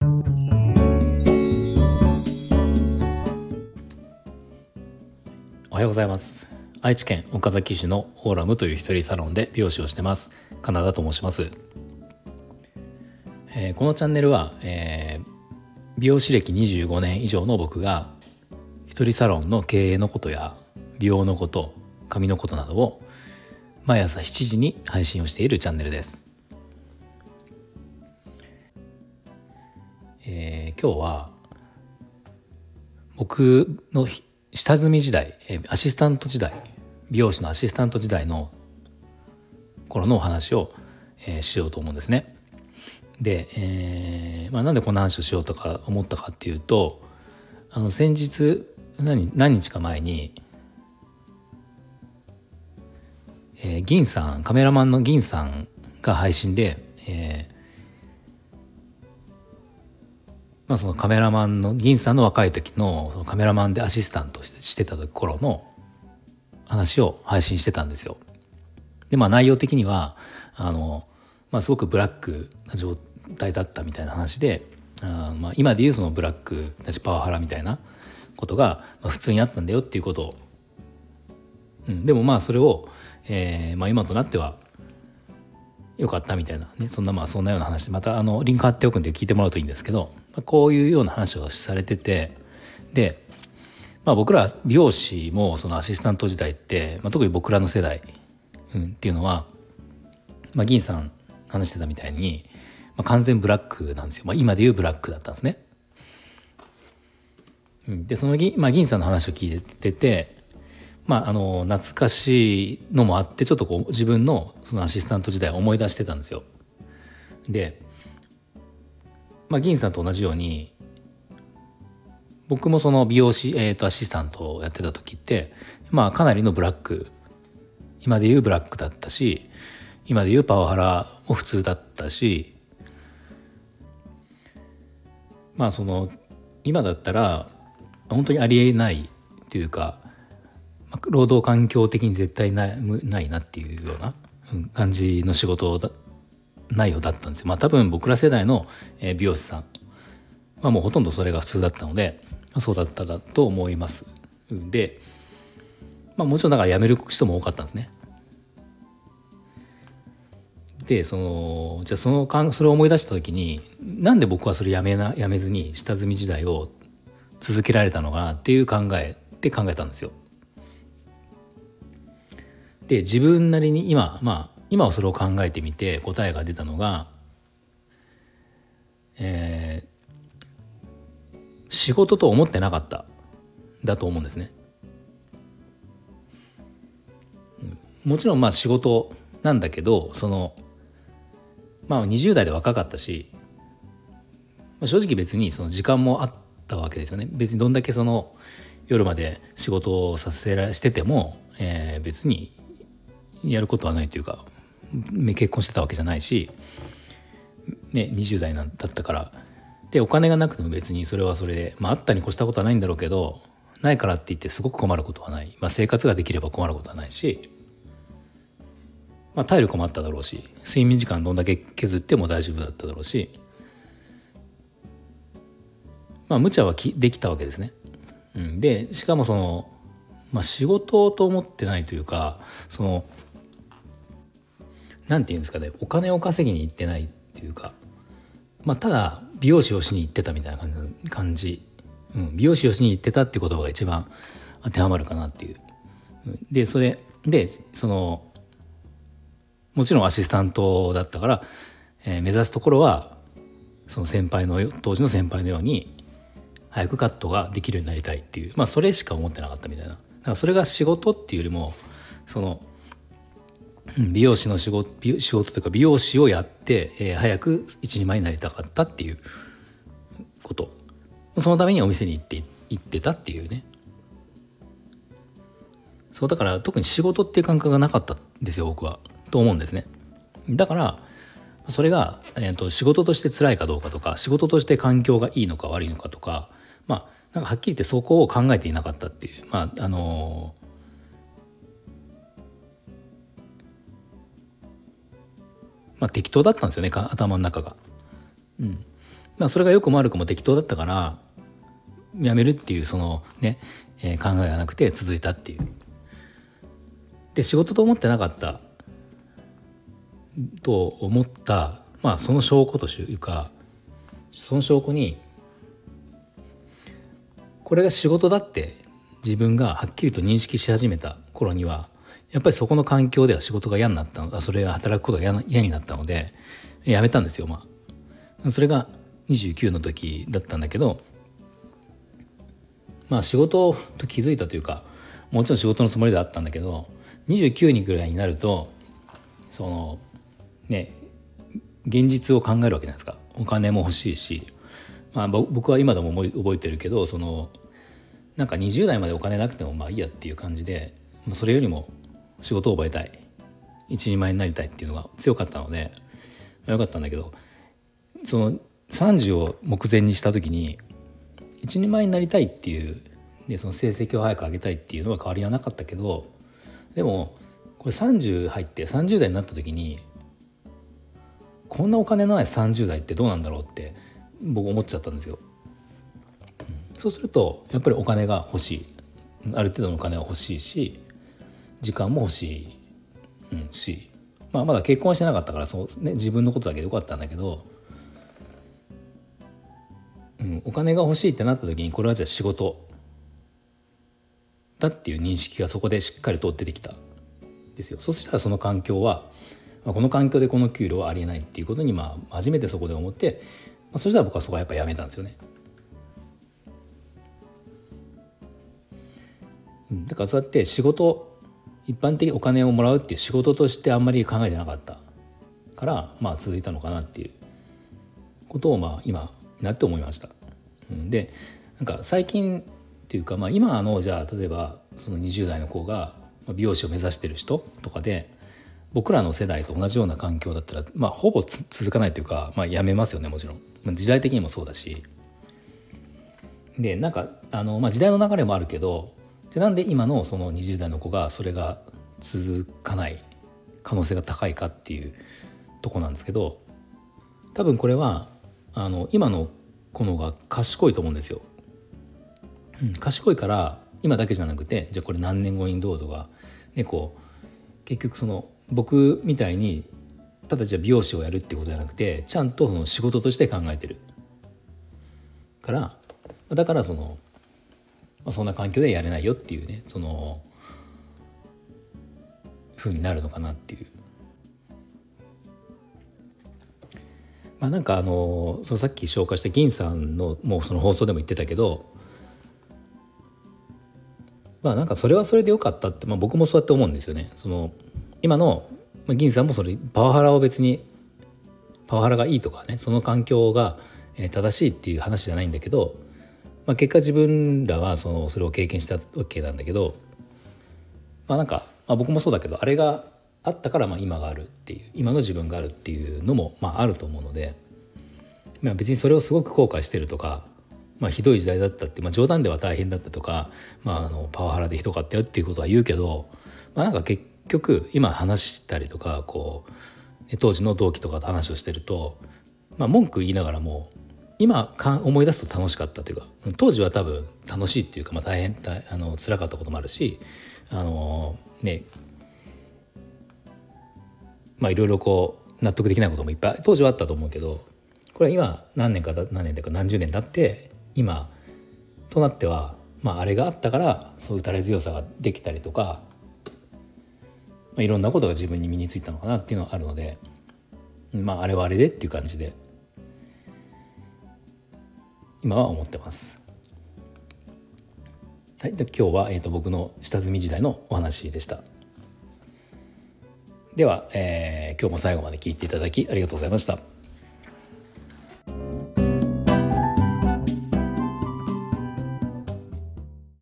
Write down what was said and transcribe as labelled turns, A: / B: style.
A: おはようございます。愛知県岡崎市のオーラムという一人サロンで美容師をしてます金田と申します。このチャンネルは、美容師歴25年以上の僕が一人サロンの経営のことや美容のこと、髪のことなどを毎朝7時に配信をしているチャンネルです。今日は僕の下積み時代、アシスタント時代、美容師のアシスタント時代の頃のお話を、しようと思うんですね。で、なんでこんな話をしようとか思ったかっていうと、先日何日か前に、銀さん、カメラマンの銀さんが配信で、そのカメラマンの銀さんの若い時のそのカメラマンでアシスタントしてた頃の話を配信してたんですよ。で内容的にはすごくブラックな状態だったみたいな話で、今でいうそのブラックだしパワハラみたいなことが普通にあったんだよっていうことを、でもそれを、今となってはよかったみたいなね、そんなような話、またリンク貼っておくんで聞いてもらうといいんですけど、こういうような話をされてて、で、僕ら美容師もそのアシスタント時代って、特に僕らの世代、っていうのは、銀さん話してたみたいに、完全ブラックなんですよ。今でいうブラックだったんですね。でその銀さんの話を聞いてて、懐かしいのもあって、ちょっとこう自分のそのアシスタント時代を思い出してたんですよ。で、銀さんと同じように僕もその美容師、アシスタントをやってた時って、かなりのブラック、今でいうブラックだったし、今でいうパワハラも普通だったし、その今だったら本当にありえないというか、労働環境的に絶対ないなっていうような感じの仕事内容だったんですよ。多分僕ら世代の美容師さんはもうほとんどそれが普通だったので、そうだったと思います。で、もちろんだから辞める人も多かったんですね。でじゃあそれを思い出した時に、なんで僕はそれ辞めずに下積み時代を続けられたのかなっていう考えたんですよ。で自分なりに今はそれを考えてみて答えが出たのが、仕事と思ってなかっただと思うんですね。もちろん仕事なんだけど、20代で若かったし、正直別にその時間もあったわけですよね。別にどんだけ夜まで仕事をしてても、別にやることはないというか、結婚してたわけじゃないし、20代だったから。でお金がなくても別にそれはそれで、あったに越したことはないんだろうけど、ないからって言ってすごく困ることはない、生活ができれば困ることはないし、体力もあっただろうし、睡眠時間どんだけ削っても大丈夫だっただろうし、無茶はできたわけですね。でしかも仕事と思ってないというか、なんていうんですかね、お金を稼ぎに行ってないっていうか、ただ美容師をしに行ってたみたいな感じ、美容師をしに行ってたっていう言葉が一番当てはまるかなっていう。でそれでもちろんアシスタントだったから、目指すところはその当時の先輩のように早くカットができるようになりたいっていう、それしか思ってなかったみたいな。だからそれが仕事っていうよりも、美容師の仕事というか美容師をやって、早く一人前になりたかったっていうこと、そのためにお店に行ってたっていうね。だから特に仕事っていう感覚がなかったんですよ、僕はと思うんですね。だからそれが、仕事として辛いかどうかとか、仕事として環境がいいのか悪いのかとか、なんかはっきり言ってそこを考えていなかったっていう、適当だったんですよね、頭の中が。 それが良くも悪くも適当だったから辞めるっていうそのね、考えがなくて続いたっていう。で仕事と思ってなかったと思った、その証拠というか、その証拠にこれが仕事だって自分がはっきりと認識し始めた頃にはやっぱりそこの環境では仕事が嫌になったの、それが働くことが嫌になったので辞めたんですよ。それが29の時だったんだけど、仕事と気づいたというか、もちろん仕事のつもりではあったんだけど、29人ぐらいになるとそのね現実を考えるわけじゃないですか。お金も欲しいし、僕は今でも覚えてるけど、そのなんか20代までお金なくてもいいやっていう感じで、それよりも仕事を覚えたい、一人前になりたいっていうのが強かったのでよかったんだけど、その30を目前にした時に一人前になりたいっていうで、その成績を早く上げたいっていうのは変わりはなかったけど、でもこれ30入って30代になった時にこんなお金のない30代ってどうなんだろうって僕思っちゃったんですよ。そうするとやっぱりお金が欲しい、ある程度のお金は欲しいし時間も欲しい、し、まだ結婚はしてなかったから自分のことだけでよかったんだけど、お金が欲しいってなった時にこれはじゃあ仕事だっていう認識がそこでしっかりと出てきたんですよ。そしたらその環境は、この環境でこの給料はありえないっていうことに初めてそこで思って、そしたら僕はそこはやっぱりやめたんですよね。だからそうやって仕事、一般的にお金をもらうっていう仕事としてあんまり考えてなかったから続いたのかなっていうことを今になって思いました。でなんか最近っていうか今のじゃあ例えばその20代の子が美容師を目指してる人とかで僕らの世代と同じような環境だったらほぼ続かないというかやめますよね。もちろん時代的にもそうだし、でなんか時代の流れもあるけど、でなんで今のその20代の子がそれが続かない可能性が高いかっていうとこなんですけど、多分これは今の子の方が賢いと思うんですよ。賢いから今だけじゃなくて、じゃあこれ何年後にどうとか、結局その僕みたいにただじゃあ美容師をやるってことじゃなくて、ちゃんとその仕事として考えてるから、だからそんな環境でやれないよっていうね、その風になるのかなっていう。なんかそのさっき紹介した銀さんのもうその放送でも言ってたけど、なんかそれはそれでよかったって、僕もそうやって思うんですよね。その今の銀さんもそれパワハラを別にパワハラがいいとかね、その環境が正しいっていう話じゃないんだけど、結果自分らはそれを経験したわけなんだけど、なんか、僕もそうだけどあれがあったから今があるっていう、今の自分があるっていうのもあると思うので、別にそれをすごく後悔してるとか、ひどい時代だったって、冗談では大変だったとか、パワハラでひどかったよっていうことは言うけど、なんか結局今話したりとか当時の同期とかと話をしてると、文句言いながらも今思い出すと楽しかったというか、当時は多分楽しいっていうか、大変辛かったこともあるし、いろいろ納得できないこともいっぱい当時はあったと思うけど、これは今何年か何十年経って今となっては、あれがあったからそういう打たれ強さができたりとか、いろんなことが自分に身についたのかなっていうのはあるので、あれはあれでっていう感じで今は思ってます。はい、で今日は、僕の下積み時代のお話でした。では、今日も最後まで聞いていただきありがとうございました。